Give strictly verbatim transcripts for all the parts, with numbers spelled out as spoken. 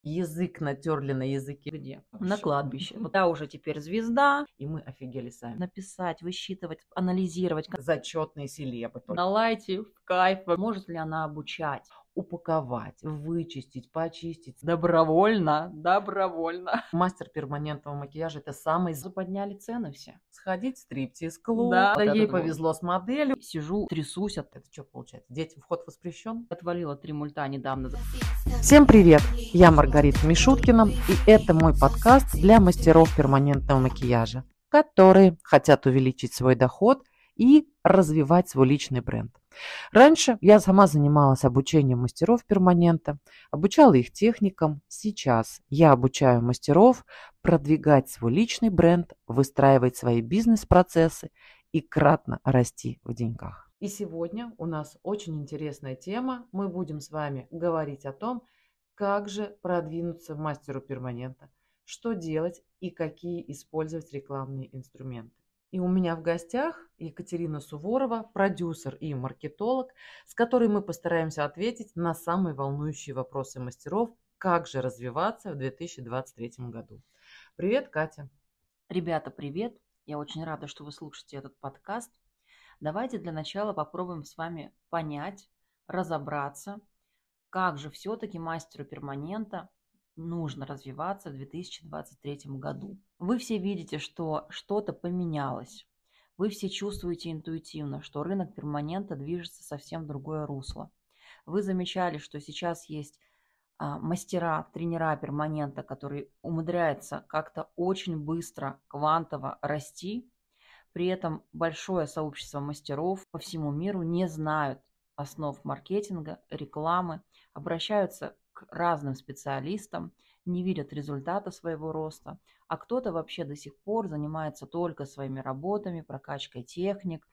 Язык натерли на языке. Где? На кладбище. Вот я уже теперь звезда. И мы офигели сами. Написать, высчитывать, анализировать. Зачетные селебы только. На лайте, в кайф. Может ли она обучать? Упаковать, вычистить, почистить. Добровольно, добровольно. Мастер перманентного макияжа – это самый... Подняли цены все. Сходить в стриптиз-клуб. Да, Да, вот ей это вот. повезло с моделью. Сижу, трясусь от... Это что получается? Детям вход воспрещен? Отвалила три мульта недавно. Всем привет! Я Маргарита Мишуткина, и это мой подкаст для мастеров перманентного макияжа, которые хотят увеличить свой доход и развивать свой личный бренд. Раньше я сама занималась обучением мастеров перманента, обучала их техникам. Сейчас я обучаю мастеров продвигать свой личный бренд, выстраивать свои бизнес-процессы и кратно расти в деньгах. И сегодня у нас очень интересная тема. Мы будем с вами говорить о том, как же продвинуться мастеру перманента, что делать и какие использовать рекламные инструменты. И у меня в гостях Екатерина Суворова, продюсер и маркетолог, с которой мы постараемся ответить на самые волнующие вопросы мастеров, как же развиваться в две тысячи двадцать третьем году. Привет, Катя. Ребята, привет. Я очень рада, что вы слушаете этот подкаст. Давайте для начала попробуем с вами понять, разобраться, как же все-таки мастеру перманента нужно развиваться в две тысячи двадцать третьем году. Вы все видите, что что-то поменялось. Вы все чувствуете интуитивно, что рынок перманента движется совсем в другое русло. Вы замечали, что сейчас есть а, мастера, тренера перманента, которые умудряются как-то очень быстро, квантово расти. При этом большое сообщество мастеров по всему миру не знают основ маркетинга, рекламы, обращаются к разным специалистам, не видят результата своего роста, а кто-то вообще до сих пор занимается только своими работами, прокачкой техник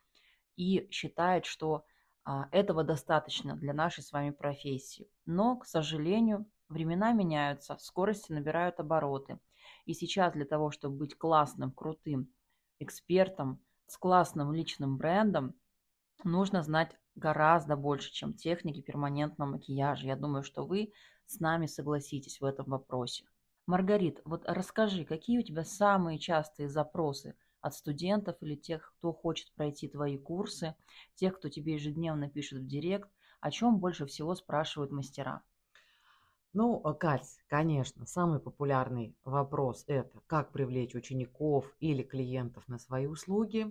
и считает, что а, этого достаточно для нашей с вами профессии. Но, к сожалению, времена меняются, скорости набирают обороты. И сейчас для того, чтобы быть классным, крутым экспертом с классным личным брендом, нужно знать гораздо больше, чем техники перманентного макияжа. Я думаю, что вы с нами согласитесь в этом вопросе. Маргарит, вот расскажи, какие у тебя самые частые запросы от студентов или тех, кто хочет пройти твои курсы, тех, кто тебе ежедневно пишет в директ, о чем больше всего спрашивают мастера? Ну, Кать, конечно, самый популярный вопрос – это как привлечь учеников или клиентов на свои услуги.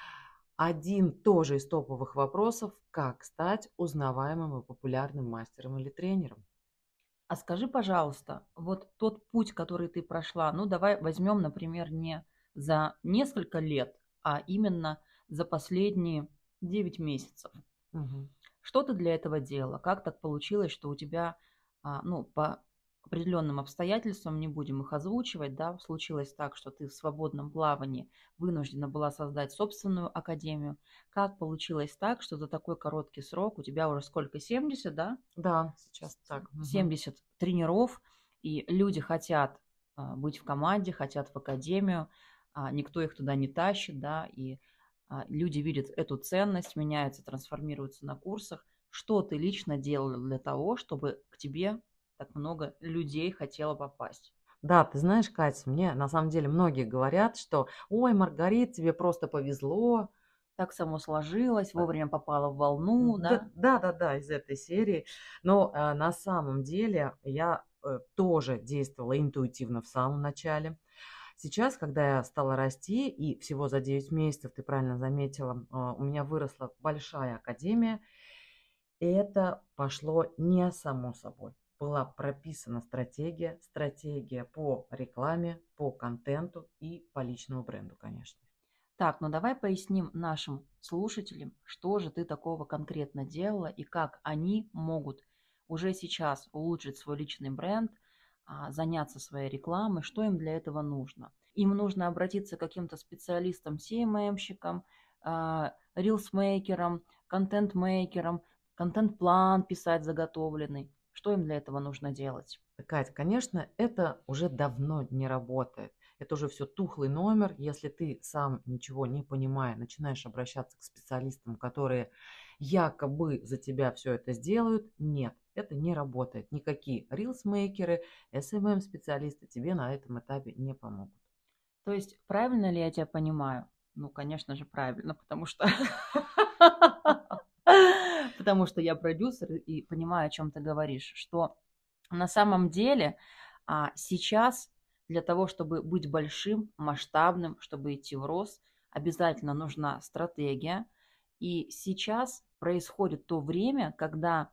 Один тоже из топовых вопросов – как стать узнаваемым и популярным мастером или тренером. А скажи, пожалуйста, вот тот путь, который ты прошла, ну давай возьмем, например, не за несколько лет, а именно за последние девять месяцев. Угу. Что ты для этого делала? Как так получилось, что у тебя, а, ну, по определенным обстоятельствам, не будем их озвучивать, да, случилось так, что ты в свободном плавании вынуждена была создать собственную академию. Как получилось так, что за такой короткий срок у тебя уже сколько, семьдесят, да? Да, сейчас так. семьдесят угу. тренеров, и люди хотят а, быть в команде, хотят в академию, а, никто их туда не тащит, да, и а, люди видят эту ценность, меняются, трансформируются на курсах. Что ты лично делала для того, чтобы к тебе так много людей хотело попасть? Да, ты знаешь, Катя, мне на самом деле многие говорят, что «Ой, Маргарит, тебе просто повезло». Так само сложилось, вовремя попала в волну, да? Да, да, да, из этой серии. Но э, на самом деле я э, тоже действовала интуитивно в самом начале. Сейчас, когда я стала расти, и всего за девять месяцев, ты правильно заметила, э, у меня выросла большая академия, это пошло не само собой. Была прописана стратегия, стратегия по рекламе, по контенту и по личному бренду, конечно. Так, ну давай поясним нашим слушателям, что же ты такого конкретно делала и как они могут уже сейчас улучшить свой личный бренд, заняться своей рекламой, что им для этого нужно. Им нужно обратиться к каким-то специалистам, си эм эм-щикам, рилсмейкерам, контент-мейкерам, контент-план писать заготовленный. Что им для этого нужно делать? Кать, конечно, это уже давно не работает. Это уже все тухлый номер. Если ты сам, ничего не понимая, начинаешь обращаться к специалистам, которые якобы за тебя все это сделают. Нет, это не работает. Никакие рилсмейкеры, эс эм эм-специалисты тебе на этом этапе не помогут. То есть правильно ли я тебя понимаю? Ну, конечно же, правильно, потому что потому что я продюсер и понимаю, о чем ты говоришь, что на самом деле а, сейчас для того, чтобы быть большим, масштабным, чтобы идти в рост, обязательно нужна стратегия. И сейчас происходит то время, когда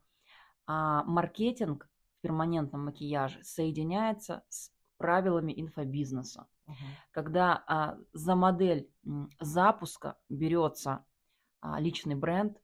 а, маркетинг в перманентном макияже соединяется с правилами инфобизнеса. Угу. Когда а, за модель м, запуска берется а, личный бренд,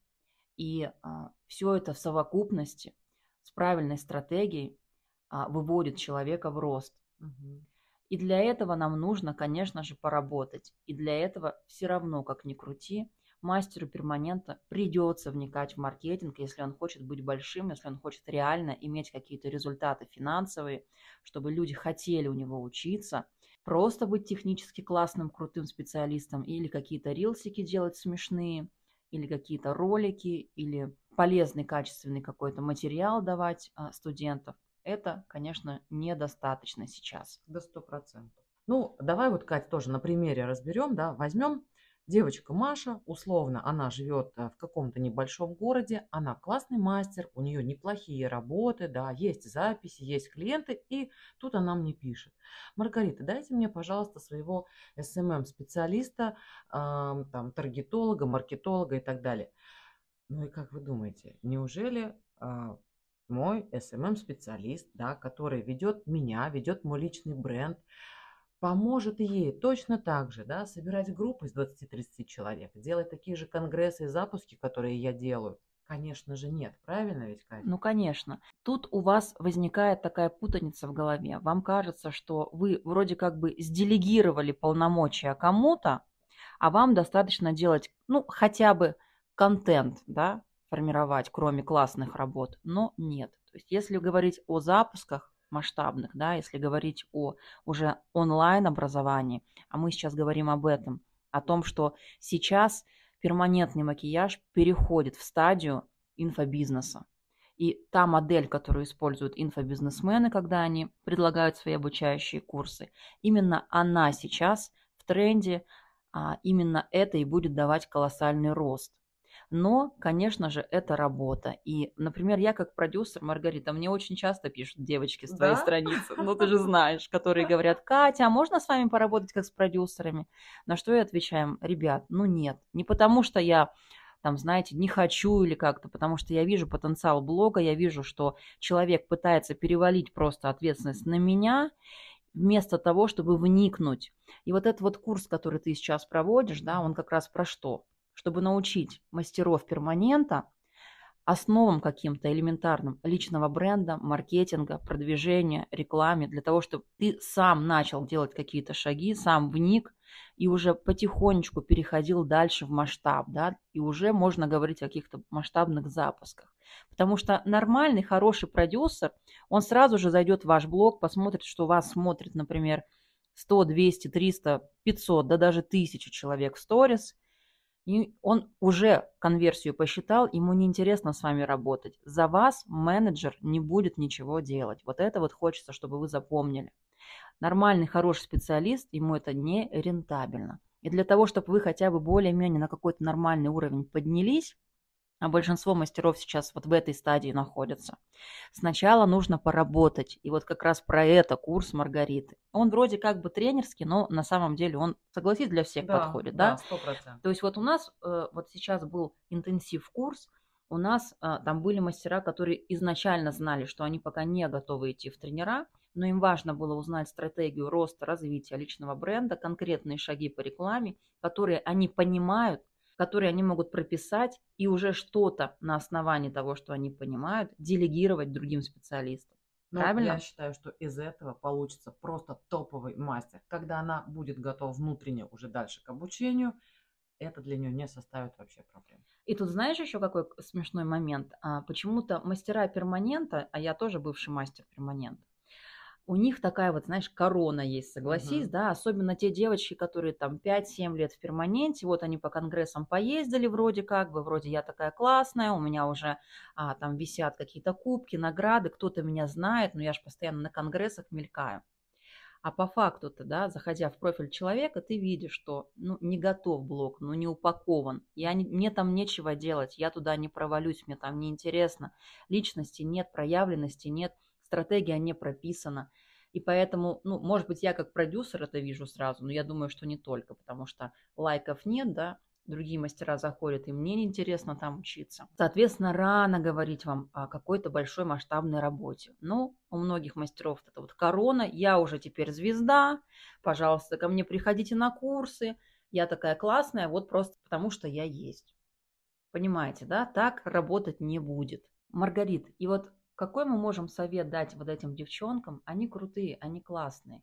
и а, все это в совокупности с правильной стратегией а, выводит человека в рост. Угу. И для этого нам нужно, конечно же, поработать. И для этого все равно, как ни крути, мастеру перманента придется вникать в маркетинг, если он хочет быть большим, если он хочет реально иметь какие-то результаты финансовые, чтобы люди хотели у него учиться, просто быть технически классным, крутым специалистом или какие-то рилсики делать смешные, или какие-то ролики, или полезный, качественный какой-то материал давать а, студентам. Это, конечно, недостаточно сейчас. До сто процентов. Ну, давай вот, Кать, тоже на примере разберем, да, возьмем девочка Маша, условно, она живет в каком-то небольшом городе, она классный мастер, у нее неплохие работы, да, есть записи, есть клиенты, и тут она мне пишет: Маргарита, дайте мне, пожалуйста, своего эс эм эм-специалиста, э, там, таргетолога, маркетолога и так далее. Ну и как вы думаете, неужели э, мой эс эм эм-специалист, да, который ведет меня, ведет мой личный бренд, поможет ей точно так же, да, собирать группы из двадцати-тридцати человек, делать такие же конгрессы и запуски, которые я делаю? Конечно же нет, правильно ведь, Катя? Ну, конечно. Тут у вас возникает такая путаница в голове. Вам кажется, что вы вроде как бы сделегировали полномочия кому-то, а вам достаточно делать, ну, хотя бы контент, да, формировать, кроме классных работ, но нет. То есть если говорить о запусках масштабных, да, если говорить о уже онлайн-образовании, а мы сейчас говорим об этом, о том, что сейчас перманентный макияж переходит в стадию инфобизнеса. И та модель, которую используют инфобизнесмены, когда они предлагают свои обучающие курсы, именно она сейчас в тренде, а именно это и будет давать колоссальный рост. Но, конечно же, это работа. И, например, я как продюсер, Маргарита, мне очень часто пишут девочки с твоей Да? страницы, ну ты же знаешь, которые говорят: Катя, а можно с вами поработать как с продюсерами? На что я отвечаю: ребят, ну нет. Не потому что я там, знаете, не хочу или как-то, потому что я вижу потенциал блога, я вижу, что человек пытается перевалить просто ответственность на меня, вместо того, чтобы вникнуть. И вот этот вот курс, который ты сейчас проводишь, да, он как раз про что? Чтобы научить мастеров перманента основам каким-то элементарным личного бренда, маркетинга, продвижения, рекламе, для того, чтобы ты сам начал делать какие-то шаги, сам вник и уже потихонечку переходил дальше в масштаб, да, и уже можно говорить о каких-то масштабных запусках. Потому что нормальный, хороший продюсер, он сразу же зайдет в ваш блог, посмотрит, что вас смотрит, например, сто, двести, триста, пятьсот, да даже тысяча человек в сторис, и он уже конверсию посчитал, ему неинтересно с вами работать. За вас менеджер не будет ничего делать. Вот это вот хочется, чтобы вы запомнили. Нормальный, хороший специалист, ему это не рентабельно. И для того, чтобы вы хотя бы более-менее на какой-то нормальный уровень поднялись, а большинство мастеров сейчас вот в этой стадии находятся, сначала нужно поработать. И вот как раз про это курс Маргариты. Он вроде как бы тренерский, но на самом деле он, согласись, для всех Да, подходит, да, да? сто процентов. То есть вот у нас э, вот сейчас был интенсив-курс, у нас э, там были мастера, которые изначально знали, что они пока не готовы идти в тренера, но им важно было узнать стратегию роста, развития личного бренда, конкретные шаги по рекламе, которые они понимают, которые они могут прописать и уже что-то на основании того, что они понимают, делегировать другим специалистам. Но Правильно? я считаю, что из этого получится просто топовый мастер. Когда она будет готова внутренне уже дальше к обучению, это для нее не составит вообще проблем. И тут знаешь еще какой смешной момент? А, почему-то мастера перманента, а я тоже бывший мастер перманента, у них такая вот, знаешь, корона есть, согласись, Мгм. да, особенно те девочки, которые там пять-семь лет в перманенте, вот они по конгрессам поездили вроде как бы, вроде я такая классная, у меня уже а, там висят какие-то кубки, награды, кто-то меня знает, но я же постоянно на конгрессах мелькаю. А по факту-то, да, заходя в профиль человека, ты видишь, что ну, не готов блог, ну не упакован. Я не, мне там нечего делать, я туда не провалюсь, мне там неинтересно. Личности нет, проявленности нет, стратегия не прописана. И поэтому, ну, может быть, я как продюсер это вижу сразу, но я думаю, что не только, потому что лайков нет, да, другие мастера заходят, и мне неинтересно там учиться. Соответственно, рано говорить вам о какой-то большой масштабной работе. Но у многих мастеров это вот корона, я уже теперь звезда, пожалуйста, ко мне приходите на курсы, я такая классная, вот просто потому что я есть. Понимаете, да? Так работать не будет. Маргарит, и вот какой мы можем совет дать вот этим девчонкам? Они крутые, они классные.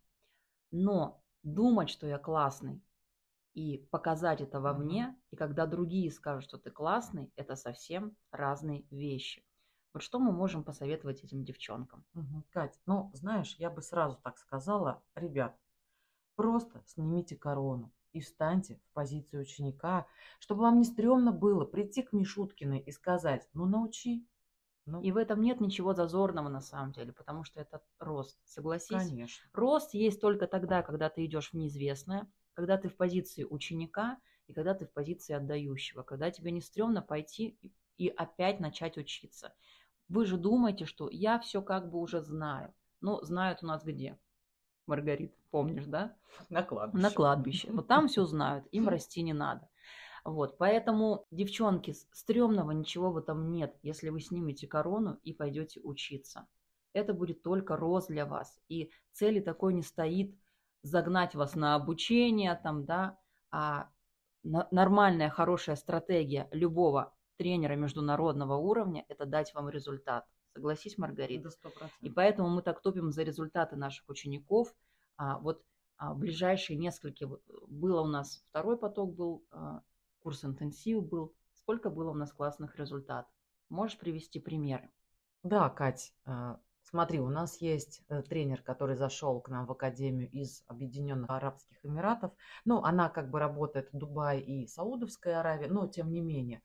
Но думать, что я классный, и показать это Мгм. вовне, и когда другие скажут, что ты классный, это совсем разные вещи. Вот что мы можем посоветовать этим девчонкам? Мгм. Кать, ну, знаешь, я бы сразу так сказала, ребят, просто снимите корону и встаньте в позицию ученика, чтобы вам не стрёмно было прийти к Мишуткиной и сказать, ну, научи, ну, И в этом нет ничего зазорного на самом деле, потому что это рост. Согласись, конечно, рост есть только тогда, когда ты идешь в неизвестное, когда ты в позиции ученика и когда ты в позиции отдающего, когда тебе не стрёмно пойти и и опять начать учиться. Вы же думаете, что я все как бы уже знаю. Но знают у нас где? Маргарит, помнишь, да? на На кладбище. кладбище. Вот там все знают, им расти не надо. Вот, поэтому, девчонки, с- стрёмного ничего в этом нет, если вы снимете корону и пойдете учиться. Это будет только рост для вас. И цели такой не стоит загнать вас на обучение, там, да, а на- нормальная, хорошая стратегия любого тренера международного уровня – это дать вам результат. Согласись, Маргарит? До сто И процентов. поэтому мы так топим за результаты наших учеников. А, вот а, ближайшие несколько, вот, было у нас второй поток был, а, курс интенсив был. Сколько было у нас классных результатов? Можешь привести примеры? Да, Кать, а, смотри, у нас есть э, тренер, который зашел к нам в академию из Объединенных Арабских Эмиратов. Ну, она как бы работает в Дубае и Саудовской Аравии, но тем не менее.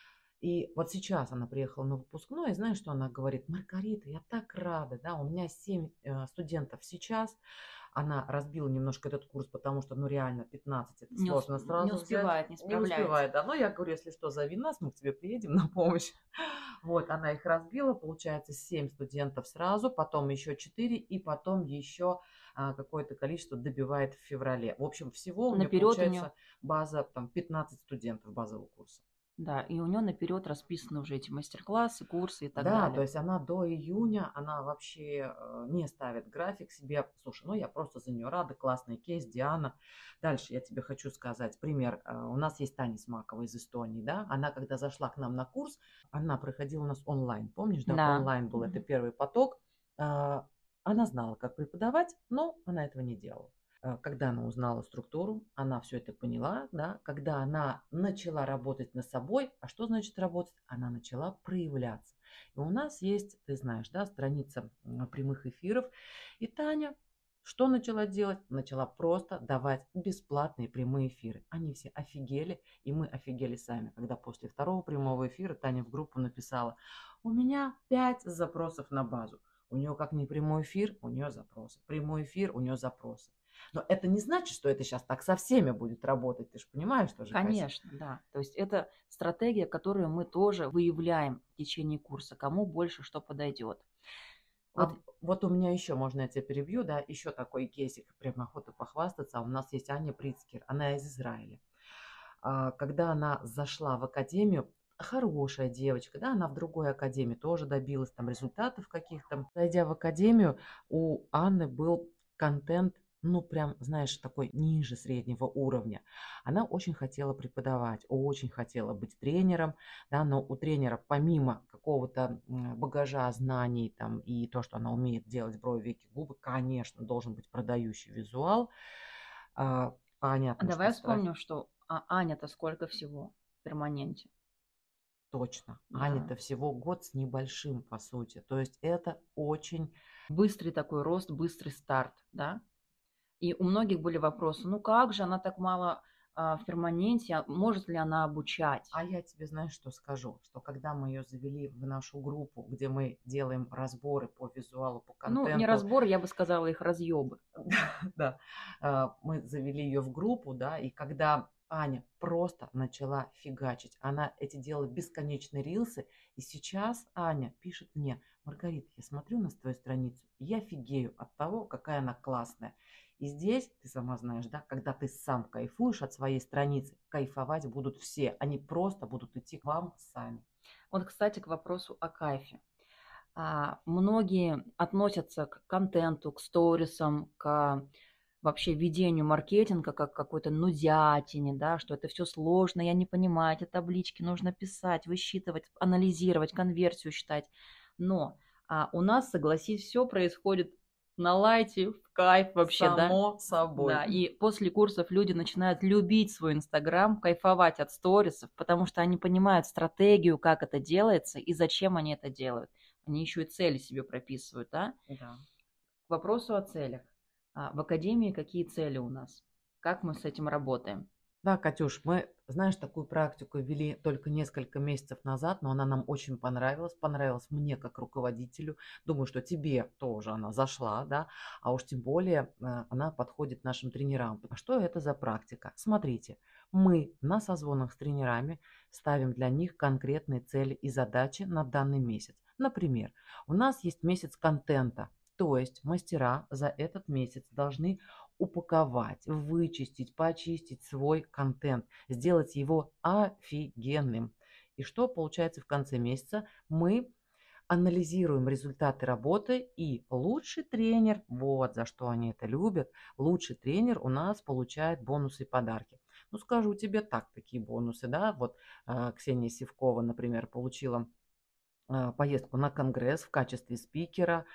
И вот сейчас она приехала на выпускной, и знаешь, что она говорит? Маргарита, я так рада, да, у меня семь э, студентов сейчас. Она разбила немножко этот курс, потому что, ну, реально, пятнадцать это Не, ус- сложно не сразу взять. успевает, не Не справляется. успевает, да. Но я говорю, если что, зови нас, мы к тебе приедем на помощь. Вот, она их разбила, получается, семь студентов сразу, потом еще четыре, и потом еще а, какое-то количество добивает в феврале. В общем, всего у нее Наперед у нее, получается база, там, пятнадцать студентов базового курса. да, и у нее наперед расписаны уже эти мастер-классы, курсы и так Да, то далее. есть она до июня, она вообще э, не ставит график себе. Слушай, ну я просто за нее рада, классный кейс, Диана. Дальше я тебе хочу сказать пример. Э, У нас есть Таня Смакова из Эстонии, да, она когда зашла к нам на курс, она проходила у нас онлайн, помнишь, да, Да. онлайн был, это Мгм. первый поток. А, Она знала, как преподавать, но она этого не делала. Э, Когда она узнала структуру, она все это поняла, да, когда она начала работать над собой, а что значит работать? Она начала проявляться. И у нас есть, ты знаешь, да, страница м, прямых эфиров. И Таня что начала делать? Начала просто давать бесплатные прямые эфиры. Они все офигели, и мы офигели сами, когда после второго прямого эфира Таня в группу написала, у меня пять запросов на базу. У нее как не прямой эфир, у нее запросы. Прямой эфир, у нее запросы. Но это не значит, что это сейчас так со всеми будет работать. Ты же понимаешь тоже, Катя? Конечно, да. То есть это стратегия, которую мы тоже выявляем в течение курса, кому больше что подойдет. Вот, А вот у меня еще, можно я тебя перебью, да, еще такой кейсик, прям охота похвастаться. У нас есть Аня Прицкер, она из Израиля. А, Когда она зашла в академию, хорошая девочка, да, она в другой академии тоже добилась там результатов каких-то. Зайдя в академию, у Анны был контент, ну, прям, знаешь, такой ниже среднего уровня. Она очень хотела преподавать, очень хотела быть тренером, да, но у тренера помимо какого-то м, багажа знаний там и то, что она умеет делать брови, веки, губы, конечно, должен быть продающий визуал. А, а Понятно, давай что я страх. вспомню, что а Аня-то сколько всего в перманенте. Точно. Да. Ане-то всего год с небольшим, по сути. То есть это очень, быстрый такой рост, быстрый старт, да. И у многих были вопросы, ну как же она так мало а, в перманенте, а может ли она обучать? А я тебе, знаешь, что скажу? Что когда мы ее завели в нашу группу, где мы делаем разборы по визуалу, по Ну, не контенту, разбор, я бы сказала, их разъебы. да, а, мы завели ее в группу, да, и когда Аня просто начала фигачить, она эти делала бесконечные рилсы, и сейчас Аня пишет мне: Маргарита, я смотрю на твою страницу, и я фигею от того, какая она классная. И здесь, ты сама знаешь, да, когда ты сам кайфуешь от своей страницы, кайфовать будут все, они просто будут идти к вам сами. Вот, кстати, к вопросу о кайфе. А, многие относятся к контенту, к сторисам, к вообще ведению маркетинга как к какой-то нудятине, да, что это все сложно, я не понимаю, эти таблички нужно писать, высчитывать, анализировать, конверсию считать. Но а, у нас, согласись, все происходит на лайте, в кайф вообще, да. Само собой. Да, и после курсов люди начинают любить свой Инстаграм, кайфовать от сторисов, потому что они понимают стратегию, как это делается и зачем они это делают. Они еще и цели себе прописывают, да? Да. К вопросу о целях. А в академии какие цели у нас? Как мы с этим работаем? Да, Катюш, мы, знаешь, такую практику вели только несколько месяцев назад, но она нам очень понравилась, понравилась мне как руководителю. Думаю, что тебе тоже она зашла, да, а уж тем более э, она подходит нашим тренерам. А что это за практика? Смотрите, мы на созвонах с тренерами ставим для них конкретные цели и задачи на данный месяц. Например, у нас есть месяц контента, то есть мастера за этот месяц должны упаковать, вычистить, почистить свой контент, сделать его офигенным. И что получается в конце месяца? Мы анализируем результаты работы, и лучший тренер, вот за что они это любят, лучший тренер у нас получает бонусы и подарки. Ну, скажу тебе так, такие бонусы, да, вот э, Ксения Сивкова, например, получила э, поездку на конгресс в качестве спикера,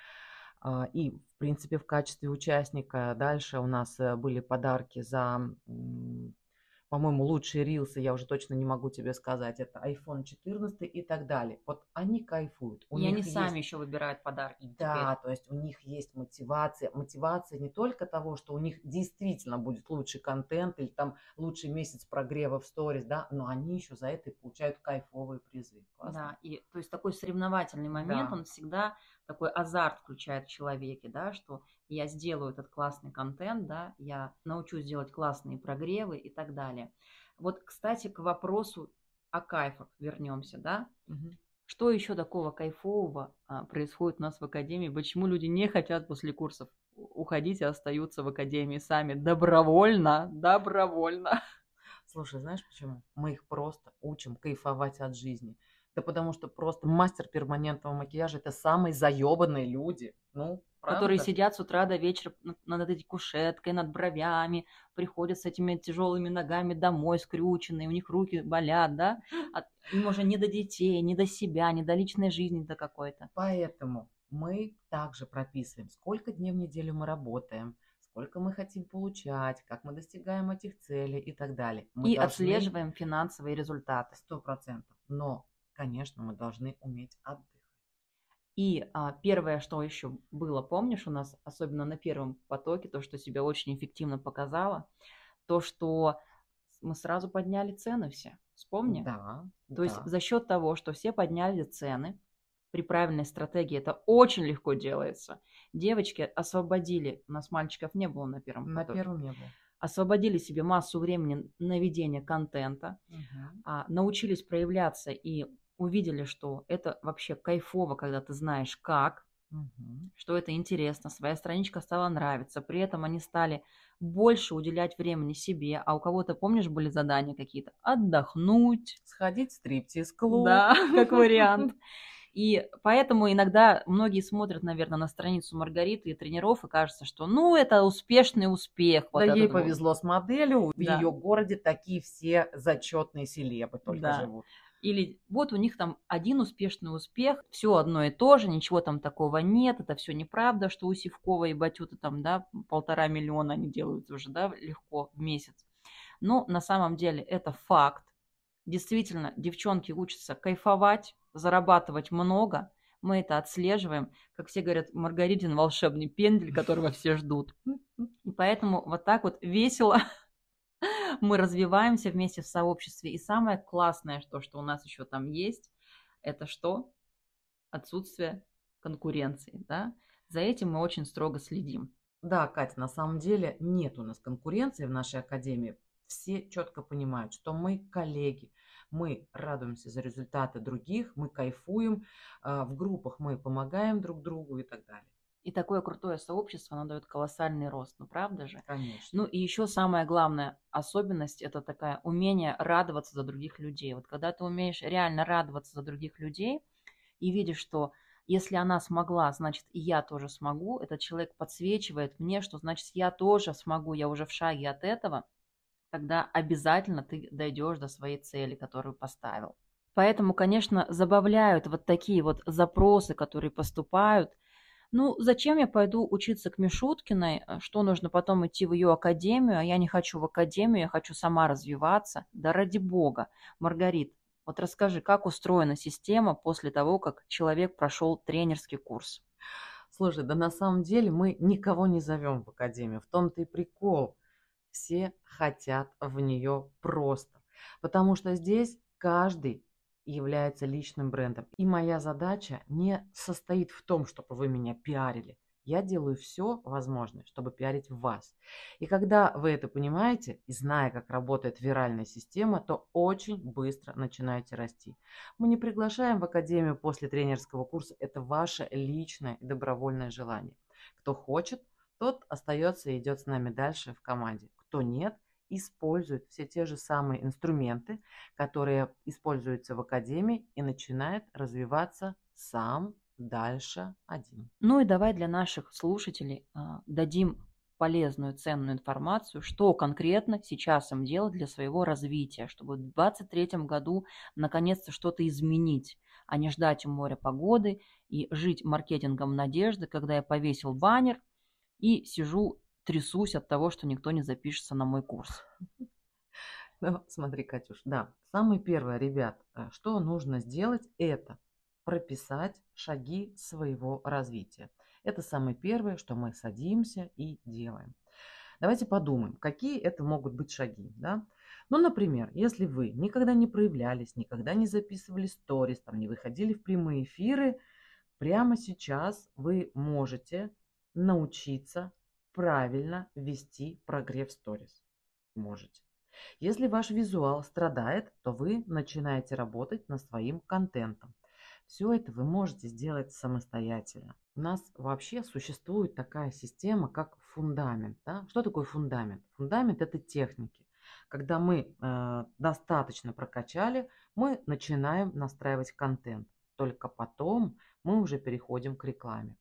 а, и, в принципе, в качестве участника. Дальше у нас э, были подарки за, м, по-моему, лучшие рилсы, я уже точно не могу тебе сказать, это айфон четырнадцать и так далее. Вот они кайфуют. У И них они есть, сами еще выбирают подарки теперь. да, то есть у них есть мотивация. Мотивация не только того, что у них действительно будет лучший контент или там лучший месяц прогрева в сторис, да, но они еще за это и получают кайфовые призы. Классно? Да, и то есть такой соревновательный момент, Да. он всегда такой азарт включает в человеке, да, что я сделаю этот классный контент, да, я научусь делать классные прогревы и так далее. Вот, кстати, к вопросу о кайфах вернемся, да. Мгм. Что еще такого кайфового а, происходит у нас в академии? Почему люди не хотят после курсов у- уходить и остаются в академии сами добровольно, добровольно? Слушай, знаешь почему? Мы их просто учим кайфовать от жизни. Да потому что просто мастер перманентного макияжа – это самые заебанные люди. Ну, Которые правда? сидят с утра до вечера над, над этой кушеткой, над бровями, приходят с этими тяжелыми ногами домой, скрюченные, у них руки болят, да? От- им уже не до детей, не до себя, не до личной жизни, до какой-то. Поэтому мы также прописываем, сколько дней в неделю мы работаем, сколько мы хотим получать, как мы достигаем этих целей и так далее. Мы И должны отслеживаем финансовые результаты. сто процентов. Но, конечно, мы должны уметь отдыхать. И а, первое, что еще было, помнишь, у нас, особенно на первом потоке, то, что себя очень эффективно показало, то, что мы сразу подняли цены все. Вспомни? Да, То есть да. за счет того, что все подняли цены, при правильной стратегии это очень легко делается. Девочки освободили, у нас мальчиков не было на первом На потоке, первом не было. освободили себе массу времени на ведение контента, Мгм. а, научились проявляться и увидели, что это вообще кайфово, когда ты знаешь как, Мгм. что это интересно, своя страничка стала нравиться. При этом они стали больше уделять времени себе, а у кого-то, помнишь, были задания какие-то? Отдохнуть, Сходить в стриптиз-клуб. да, как вариант. И поэтому иногда многие смотрят, наверное, на страницу Маргариты и тренеров, и кажется, что ну это успешный успех. Вот Да, ей этот вот. повезло с моделью. В Да. ее городе такие все зачетные селебы только Да. живут. Или вот у них там один успешный успех, все одно и то же, ничего там такого нет, это все неправда, что у Сивкова и Батюта там, да, полтора миллиона они делают уже, да, легко в месяц. Но на самом деле это факт. Действительно, девчонки учатся кайфовать, зарабатывать много, Мы это отслеживаем. Как все говорят, Маргаритин волшебный пендель, которого все ждут. И поэтому вот так вот весело мы развиваемся вместе в сообществе. И самое классное, что, что у нас еще там есть, это что? Отсутствие конкуренции. Да? За этим мы очень строго следим. Да, Катя, на самом деле нет у нас конкуренции в нашей академии. Все четко понимают, что мы коллеги, мы радуемся за результаты других, мы кайфуем, в группах мы помогаем друг другу и так далее. И такое крутое сообщество, оно дает колоссальный рост, ну правда же? Конечно. Ну и еще самая главная особенность – это такая умение радоваться за других людей. Вот когда ты умеешь реально радоваться за других людей и видишь, что если она смогла, значит и я тоже смогу, этот человек подсвечивает мне, что значит я тоже смогу, я уже в шаге от этого, тогда обязательно ты дойдешь до своей цели, которую поставил. Поэтому, конечно, забавляют вот такие вот запросы, которые поступают. Ну, зачем я пойду учиться к Мишуткиной, что нужно потом идти в ее академию, а я не хочу в академию, я хочу сама развиваться. Да ради бога. Маргарит, вот расскажи, как устроена система после того, как человек прошел тренерский курс? Слушай, да на самом деле мы никого не зовем в академию, в том-то и прикол. Все хотят в нее просто, потому что здесь каждый является личным брендом. И моя задача не состоит в том, чтобы вы меня пиарили. Я делаю все возможное, чтобы пиарить вас. И когда вы это понимаете, и зная, как работает виральная система, то очень быстро начинаете расти. Мы не приглашаем в академию после тренерского курса. Это ваше личное и добровольное желание. Кто хочет, тот остается и идет с нами дальше в команде. Кто нет, использует все те же самые инструменты, которые используются в академии, и начинает развиваться сам дальше один. Ну и давай для наших слушателей а, дадим полезную, ценную информацию, что конкретно сейчас им делать для своего развития, чтобы в двадцать третьем году наконец-то что-то изменить, а не ждать у моря погоды и жить маркетингом надежды, когда я повесил баннер и сижу, трясусь от того, что никто не запишется на мой курс. Ну, смотри, Катюш, да, самое первое, ребят, что нужно сделать, это прописать шаги своего развития. Это самое первое, что мы садимся и делаем. Давайте подумаем, какие это могут быть шаги. Да? Ну, например, если вы никогда не проявлялись, никогда не записывали сторис, там, не выходили в прямые эфиры, прямо сейчас вы можете научиться правильно вести прогрев сторис. Можете. Если ваш визуал страдает, то вы начинаете работать над своим контентом. Все это вы можете сделать самостоятельно. У нас вообще существует такая система, как фундамент. Да? Что такое фундамент? Фундамент – это техники. Когда мы э, достаточно прокачали, мы начинаем настраивать контент. Только потом мы уже переходим к рекламе.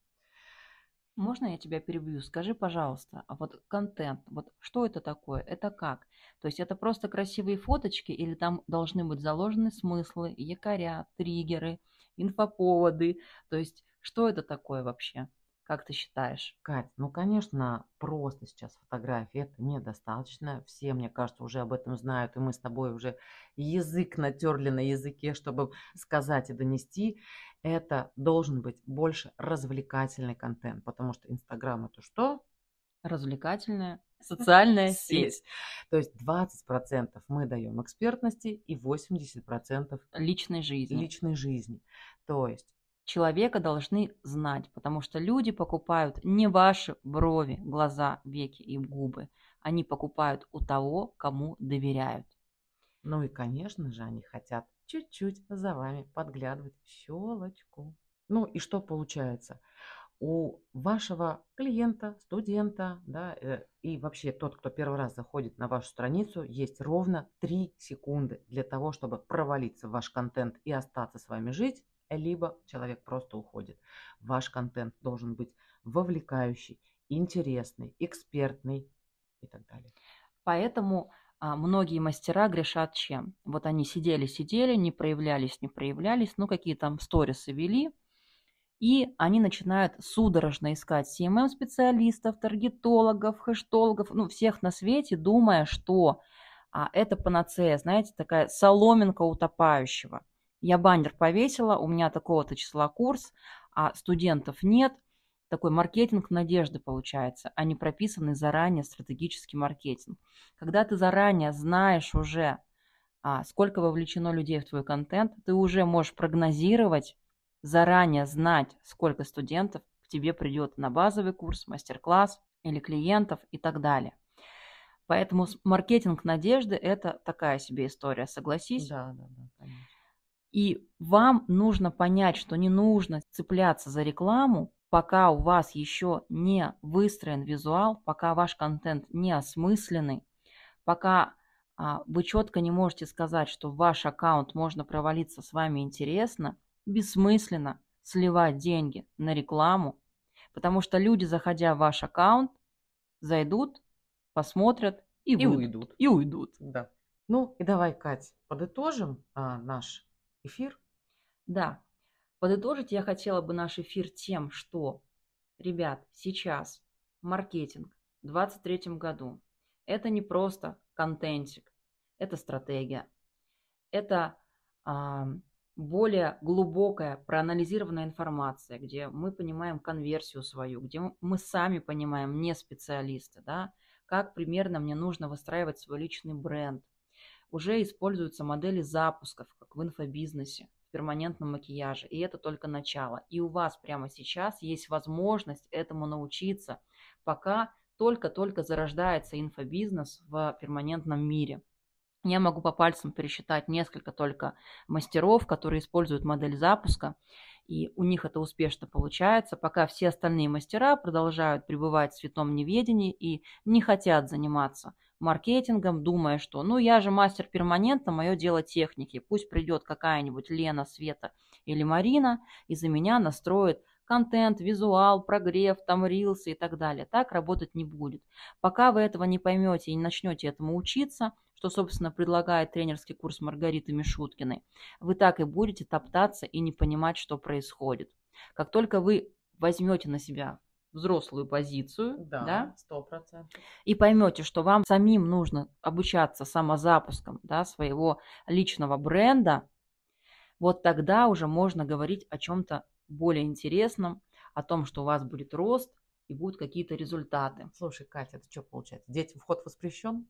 Можно я тебя перебью? Скажи, пожалуйста, а вот контент, вот что это такое? Это как? То есть это просто красивые фоточки или там должны быть заложены смыслы, якоря, триггеры, инфоповоды? То есть что это такое вообще? Как ты считаешь? Кать, ну, конечно, просто сейчас фотографии это недостаточно. Все, мне кажется, уже об этом знают, и мы с тобой уже язык натерли на языке, чтобы сказать и донести. Это должен быть больше развлекательный контент, потому что Инстаграм это что? Развлекательная социальная сеть. То есть двадцать процентов мы даем экспертности и восемьдесят процентов личной жизни. личной жизни. То есть человека должны знать, потому что люди покупают не ваши брови, глаза, веки и губы. Они покупают у того, кому доверяют. Ну и, конечно же, они хотят чуть-чуть за вами подглядывать в щелочку. Ну и что получается? У вашего клиента, студента, да, э, и вообще тот, кто первый раз заходит на вашу страницу, есть ровно три секунды для того, чтобы провалиться в ваш контент и остаться с вами жить, либо человек просто уходит. Ваш контент должен быть вовлекающий, интересный, экспертный и так далее. Поэтому а, многие мастера грешат чем? Вот они сидели-сидели, не проявлялись, не проявлялись, ну какие там сторисы вели, и они начинают судорожно искать си эм эм-специалистов, таргетологов, хэштологов, ну всех на свете, думая, что а, это панацея, знаете, такая соломинка утопающего. Я баннер повесила, у меня такого-то числа курс, а студентов нет. Такой маркетинг надежды получается, а не прописанный заранее стратегический маркетинг. Когда ты заранее знаешь уже, а, сколько вовлечено людей в твой контент, ты уже можешь прогнозировать, заранее знать, сколько студентов к тебе придет на базовый курс, мастер-класс или клиентов и так далее. Поэтому маркетинг надежды – это такая себе история, согласись? Да, да, да, конечно. И вам нужно понять, что не нужно цепляться за рекламу, пока у вас еще не выстроен визуал, пока ваш контент не осмысленный, пока а, вы четко не можете сказать, что в ваш аккаунт можно провалиться, с вами интересно, бессмысленно сливать деньги на рекламу, потому что люди, заходя в ваш аккаунт, зайдут, посмотрят и, И выйдут, уйдут. И уйдут. Да. Ну и давай, Кать, подытожим а, наш эфир. Да. Подытожить я хотела бы наш эфир тем, что, ребят, сейчас маркетинг в двадцать третьем году – это не просто контентик, это стратегия, это а, более глубокая проанализированная информация, где мы понимаем конверсию свою, где мы сами понимаем, не специалисты, да, как примерно мне нужно выстраивать свой личный бренд. Уже используются модели запусков, как в инфобизнесе, в перманентном макияже, и это только начало. И у вас прямо сейчас есть возможность этому научиться, пока только-только зарождается инфобизнес в перманентном мире. Я могу по пальцам пересчитать несколько только мастеров, которые используют модель запуска, и у них это успешно получается, пока все остальные мастера продолжают пребывать в святом неведении и не хотят заниматься маркетингом, думая, что ну я же мастер перманента, мое дело техники, пусть придет какая-нибудь Лена, Света или Марина и за меня настроит контент, визуал, прогрев, там рилсы и так далее. Так работать не будет. Пока вы этого не поймете и не начнете этому учиться, что, собственно, предлагает тренерский курс Маргариты Мишуткиной, вы так и будете топтаться и не понимать, что происходит. Как только вы возьмете на себя взрослую позицию, да, сто процентов, да, и поймете, что вам самим нужно обучаться самозапуском, да, своего личного бренда, вот тогда уже можно говорить о чем-то более интересном, о том, что у вас будет рост и будут какие-то результаты. Слушай, Катя, это что получается? Детям вход воспрещен?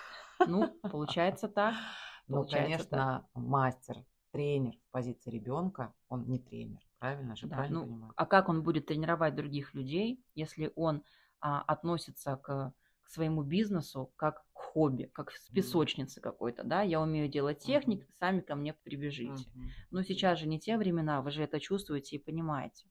Ну, получается так. Ну, конечно, мастер, тренер в позиции ребенка, он не тренер, правильно же, Да, правильно ну, понимаю? а как он будет тренировать других людей, если он а, относится к, к своему бизнесу как к хобби, как с песочницы какой-то, да? Я умею делать техник, Мгм. сами ко мне прибежите. Мгм. Но сейчас же не те времена, вы же это чувствуете и понимаете.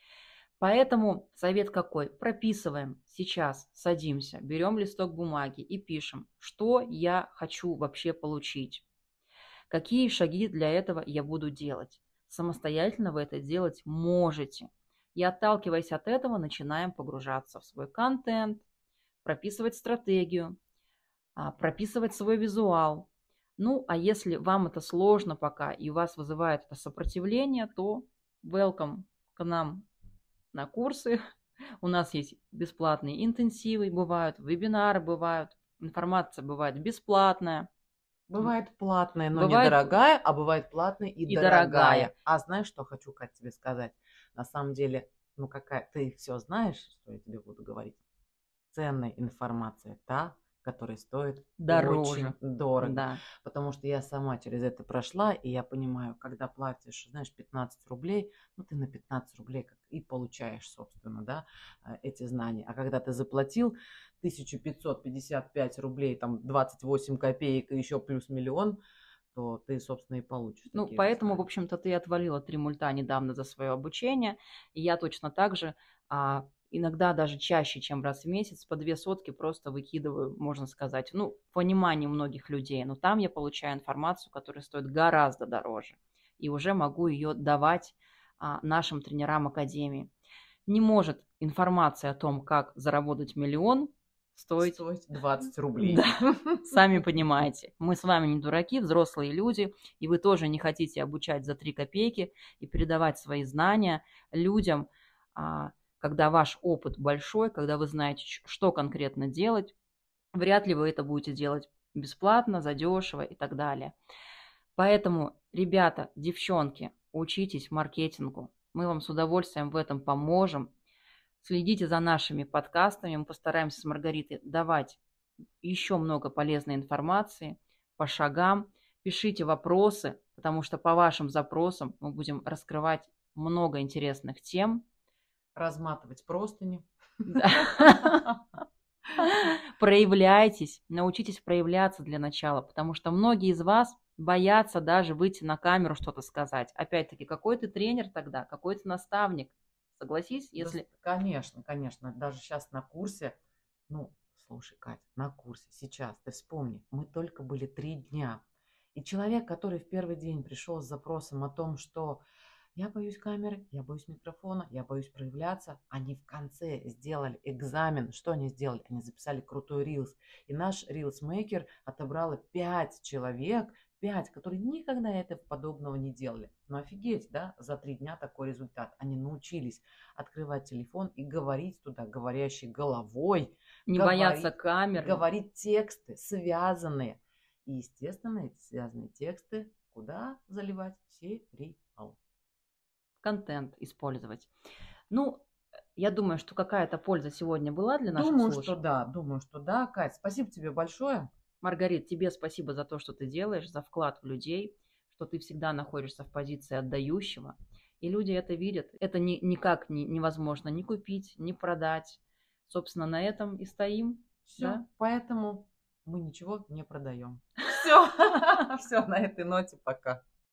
Поэтому совет какой? Прописываем сейчас, садимся, берем листок бумаги и пишем, что я хочу вообще получить. Какие шаги для этого я буду делать? Самостоятельно вы это делать можете. И отталкиваясь от этого, начинаем погружаться в свой контент, прописывать стратегию, а, прописывать свой визуал. Ну, а если вам это сложно пока и у вас вызывает это сопротивление, то welcome к нам на курсы. У нас есть бесплатные интенсивы, бывают вебинары, бывают, информация бывает бесплатная. Бывает платная, но Бывает- недорогая, а бывает платная и, и дорогая. дорогая. А знаешь, что хочу, Кать, тебе сказать? На самом деле, ну какая, ты все знаешь, что я тебе буду говорить. Ценная информация, та, которая стоит Дороже. очень дорого. Да. Потому что я сама через это прошла, и я понимаю, когда платишь, знаешь, пятнадцать рублей, ну ты на пятнадцать рублей как и получаешь, собственно, да, э, эти знания. А когда ты заплатил тысяча пятьсот пятьдесят пять рублей, там двадцать восемь копеек и еще плюс миллион, то ты, собственно, и получишь. Ну, такие же поэтому, в знания. общем-то, ты отвалила три мульта недавно за свое обучение. И я точно так же, а, иногда даже чаще, чем раз в месяц, по две сотки просто выкидываю, можно сказать, ну, в понимании многих людей. Но там я получаю информацию, которая стоит гораздо дороже. И уже могу ее давать а, нашим тренерам Академии. Не может информация о том, как заработать миллион, стоить Стоить двадцать рублей. Да, сами понимаете. Мы с вами не дураки, взрослые люди, и вы тоже не хотите обучать за три копейки и передавать свои знания людям, а, когда ваш опыт большой, когда вы знаете, ч- что конкретно делать. Вряд ли вы это будете делать бесплатно, задешево и так далее. Поэтому, ребята, девчонки, учитесь маркетингу. Мы вам с удовольствием в этом поможем. Следите за нашими подкастами. Мы постараемся с Маргаритой давать еще много полезной информации по шагам. Пишите вопросы, потому что по вашим запросам мы будем раскрывать много интересных тем. Разматывать простыни. Проявляйтесь, научитесь проявляться для начала, потому что многие из вас боятся даже выйти на камеру что-то сказать. Опять-таки, какой ты тренер тогда, какой ты наставник? Согласись, если... Да, конечно, конечно. Даже сейчас на курсе, ну, слушай, Катя, на курсе сейчас, ты вспомни, мы только были три дня. И человек, который в первый день пришел с запросом о том, что я боюсь камеры, я боюсь микрофона, я боюсь проявляться, они в конце сделали экзамен. Что они сделали? Они записали крутой рилс. И наш рилсмейкер отобрала пять человек, пять, которые никогда этого подобного не делали. Ну офигеть, да, за три дня такой результат. Они научились открывать телефон и говорить туда говорящей головой. Не говорить, бояться камеры. Говорить тексты связанные. И, естественно, эти связанные тексты куда заливать? В сериал. Контент использовать. Ну, я думаю, что какая-то польза сегодня была для наших думаю, слушателей. Думаю, что да, думаю, что да. Кать, спасибо тебе большое. Маргарит, тебе спасибо за то, что ты делаешь, за вклад в людей, что ты всегда находишься в позиции отдающего. И люди это видят. Это ни, никак не, невозможно ни купить, ни продать. Собственно, на этом и стоим. Все, да? Поэтому мы ничего не продаем. Все, все на этой ноте, пока.